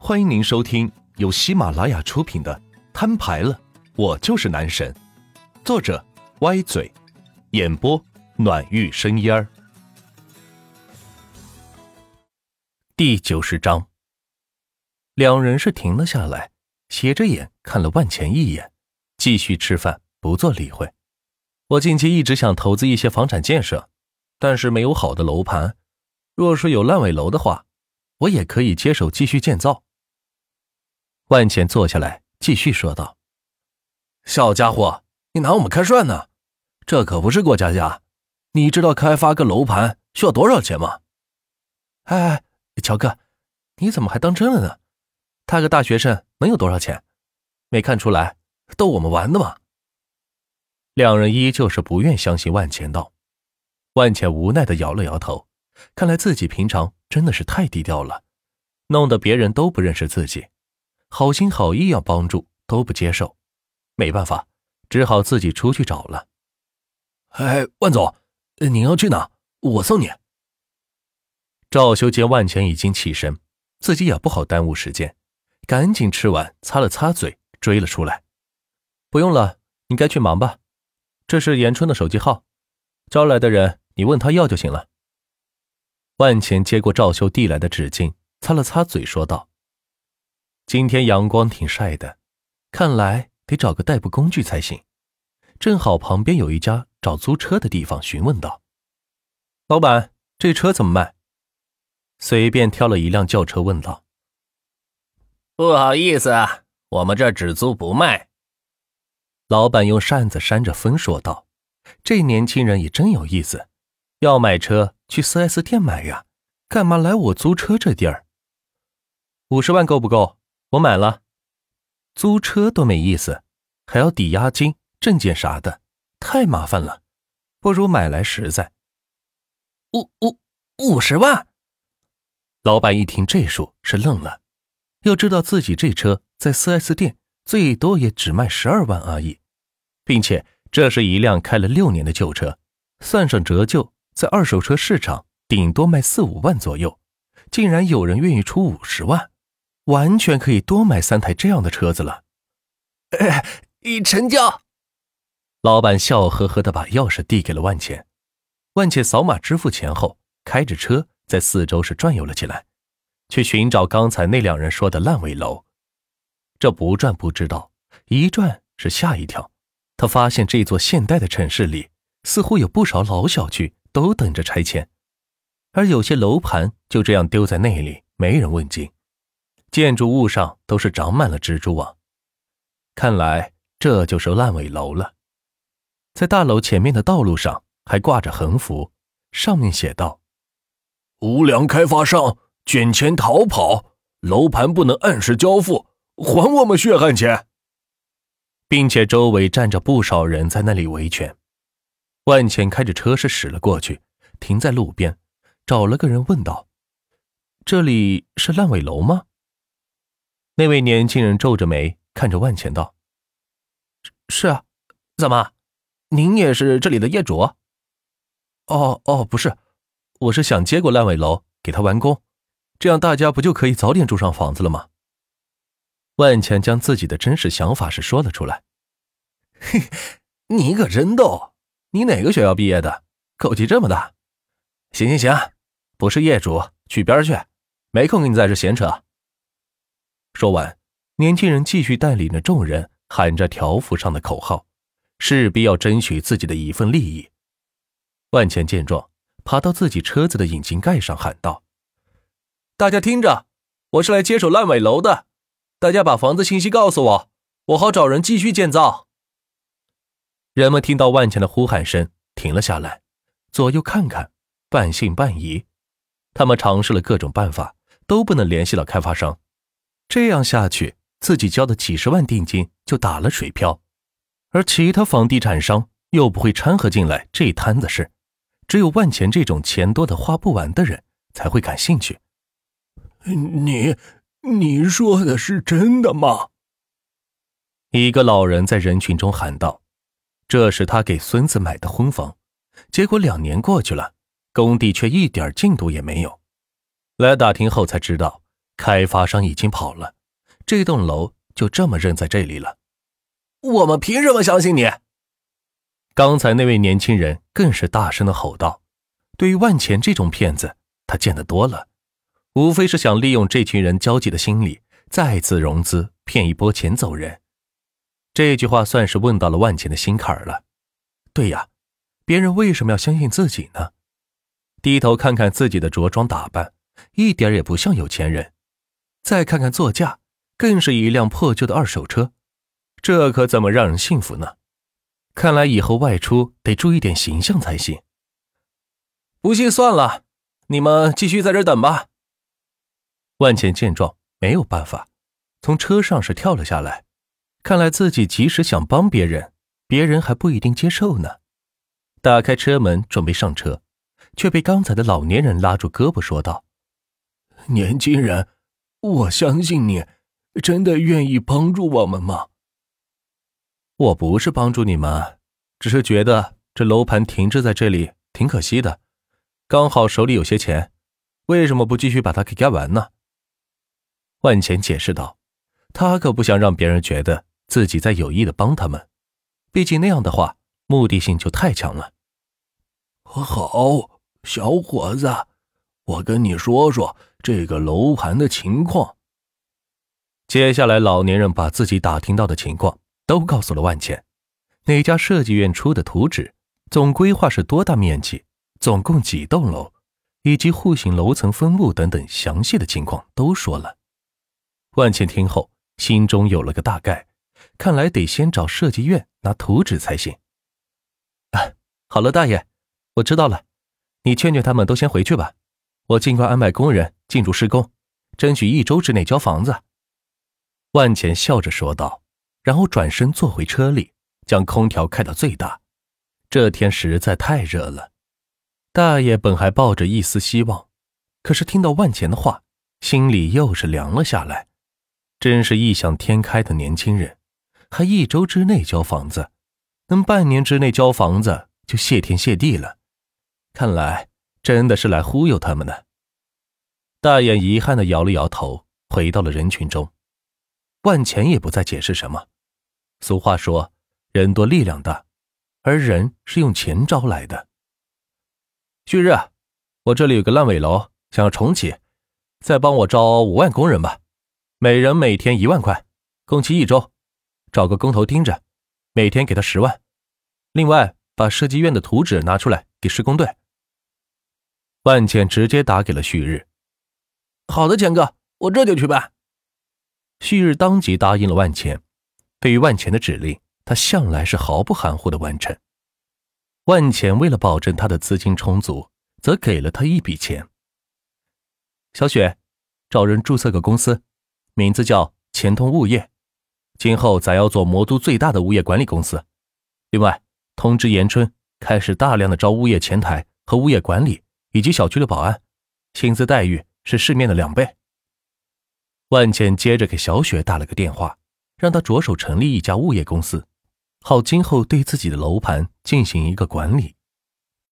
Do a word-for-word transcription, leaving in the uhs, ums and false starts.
欢迎您收听由喜马拉雅出品的《摊牌了，我就是男神》，作者歪嘴，演播暖玉生烟儿。第九十章，两人是停了下来，斜着眼看了万钱一眼，继续吃饭，不做理会。我近期一直想投资一些房产建设，但是没有好的楼盘，若是有烂尾楼的话，我也可以接手继续建造。万钱坐下来继续说道：小家伙，你拿我们开涮呢？这可不是过家家，你知道开发个楼盘需要多少钱吗？哎哎，乔哥，你怎么还当真了呢？他个大学生能有多少钱？没看出来逗我们玩的吗？两人依旧是不愿相信万钱道。万钱无奈地摇了摇头，看来自己平常真的是太低调了，弄得别人都不认识自己，好心好意要帮助都不接受，没办法，只好自己出去找了。哎，万总，您要去哪？我送你。赵修见万钱已经起身，自己也不好耽误时间，赶紧吃完擦了擦嘴追了出来。不用了，你该去忙吧，这是严春的手机号，招来的人你问他要就行了。万钱接过赵修递来的纸巾，擦了擦嘴说道：今天阳光挺晒的，看来得找个代步工具才行。正好旁边有一家找租车的地方，询问道：老板，这车怎么卖？随便挑了一辆轿车问道： 不好意思，我们这只租不卖。 老板用扇子扇着风说道：这年轻人也真有意思，要买车去 四 S 店买呀，干嘛来我租车这地儿？五十万够不够？我买了。租车都没意思，还要抵押金、证件啥的，太麻烦了，不如买来实在。五五五十万？老板一听这数是愣了，要知道自己这车在 四 S 店最多也只卖十二万而已，并且这是一辆开了六年的旧车，算上折旧，在二手车市场顶多卖四五万左右，竟然有人愿意出五十万，完全可以多买三台这样的车子了。 呃，成交。 老板笑呵呵地把钥匙递给了万钱，万钱扫码支付钱后，开着车在四周是转悠了起来，去寻找刚才那两人说的烂尾楼。这不转不知道，一转是吓一跳，他发现这座现代的城市里似乎有不少老小区都等着拆迁，而有些楼盘就这样丢在那里，没人问津，建筑物上都是长满了蜘蛛网。看来这就是烂尾楼了。在大楼前面的道路上还挂着横幅，上面写道：无良开发商卷钱逃跑，楼盘不能按时交付，还我们血汗钱，并且周围站着不少人在那里维权。万钱开着车是驶了过去，停在路边，找了个人问道：这里是烂尾楼吗？那位年轻人皱着眉看着万钱道：是啊，怎么，您也是这里的业主？哦哦，不是，我是想接过烂尾楼给他完工，这样大家不就可以早点住上房子了吗？万钱将自己的真实想法是说了出来。嘿，你可真逗，你哪个学校毕业的？口气这么大。行行行，不是业主去边去，没空跟你在这闲扯。说完，年轻人继续带领着众人喊着条幅上的口号，势必要争取自己的一份利益。万钱见状，爬到自己车子的引擎盖上喊道：大家听着，我是来接手烂尾楼的，大家把房子信息告诉我，我好找人继续建造。人们听到万钱的呼喊声停了下来，左右看看，半信半疑。他们尝试了各种办法，都不能联系到开发商，这样下去自己交的几十万定金就打了水漂，而其他房地产商又不会掺和进来这摊子事，只有万钱这种钱多的花不完的人才会感兴趣。 你你说的是真的吗？ 一个老人在人群中喊道，这是他给孙子买的婚房，结果两年过去了，工地却一点进度也没有。来打听后才知道， 开发商已经跑了，这栋楼就这么扔在这里了。 我们凭什么相信你？ 刚才那位年轻人更是大声地吼道，对于万钱这种骗子，他见得多了，无非是想利用这群人焦急的心理，再次融资骗一波钱走人。这句话算是问到了万钱的心坎了。对呀，别人为什么要相信自己呢？低头看看自己的着装打扮，一点也不像有钱人。再看看座驾，更是一辆破旧的二手车，这可怎么让人信服呢？看来以后外出得注意点形象才行。 不信算了，你们继续在这儿等吧。 万钱见状没有办法，从车上是跳了下来。看来自己即使想帮别人，别人还不一定接受呢。打开车门准备上车，却被刚才的老年人拉住胳膊说道： 年轻人，我相信你，真的愿意帮助我们吗？ 我不是帮助你们，只是觉得这楼盘停滞在这里挺可惜的，刚好手里有些钱，为什么不继续把它给盖完呢？万钱解释道，他可不想让别人觉得自己在有意的帮他们，毕竟那样的话目的性就太强了。 好，小伙子，我跟你说说这个楼盘的情况。 接下来老年人把自己打听到的情况都告诉了万钱，哪家设计院出的图纸，总规划是多大面积，总共几栋楼，以及户型楼层分布等等详细的情况都说了。万钱听后心中有了个大概，看来得先找设计院拿图纸才行。啊，好了大爷，我知道了，你劝劝他们都先回去吧，我尽快安排工人进驻施工，争取一周之内交房子。万钱笑着说道，然后转身坐回车里，将空调开到最大。这天实在太热了，大爷本还抱着一丝希望，可是听到万钱的话，心里又是凉了下来。真是异想天开的年轻人，还一周之内交房子，能半年之内交房子就谢天谢地了。看来真的是来忽悠他们的。大爷遗憾地摇了摇头，回到了人群中。万钱也不再解释什么。俗话说，人多力量大，而人是用钱招来的。旭日，我这里有个烂尾楼，想要重启，再帮我招五万工人吧，每人每天一万块，工期一周，找个工头盯着，每天给他十万。另外，把设计院的图纸拿出来给施工队。万钱直接打给了旭日。 好的，钱哥，我这就去办。 旭日当即答应了万钱，对于万钱的指令，他向来是毫不含糊的完成。万钱为了保证他的资金充足，则给了他一笔钱。小雪，找人注册个公司，名字叫钱通物业，今后咱要做魔都最大的物业管理公司。另外，通知延春开始大量的招物业前台和物业管理以及小区的保安，薪资待遇是市面的两倍。万钱接着给小雪打了个电话，让她着手成立一家物业公司，好今后对自己的楼盘进行一个管理。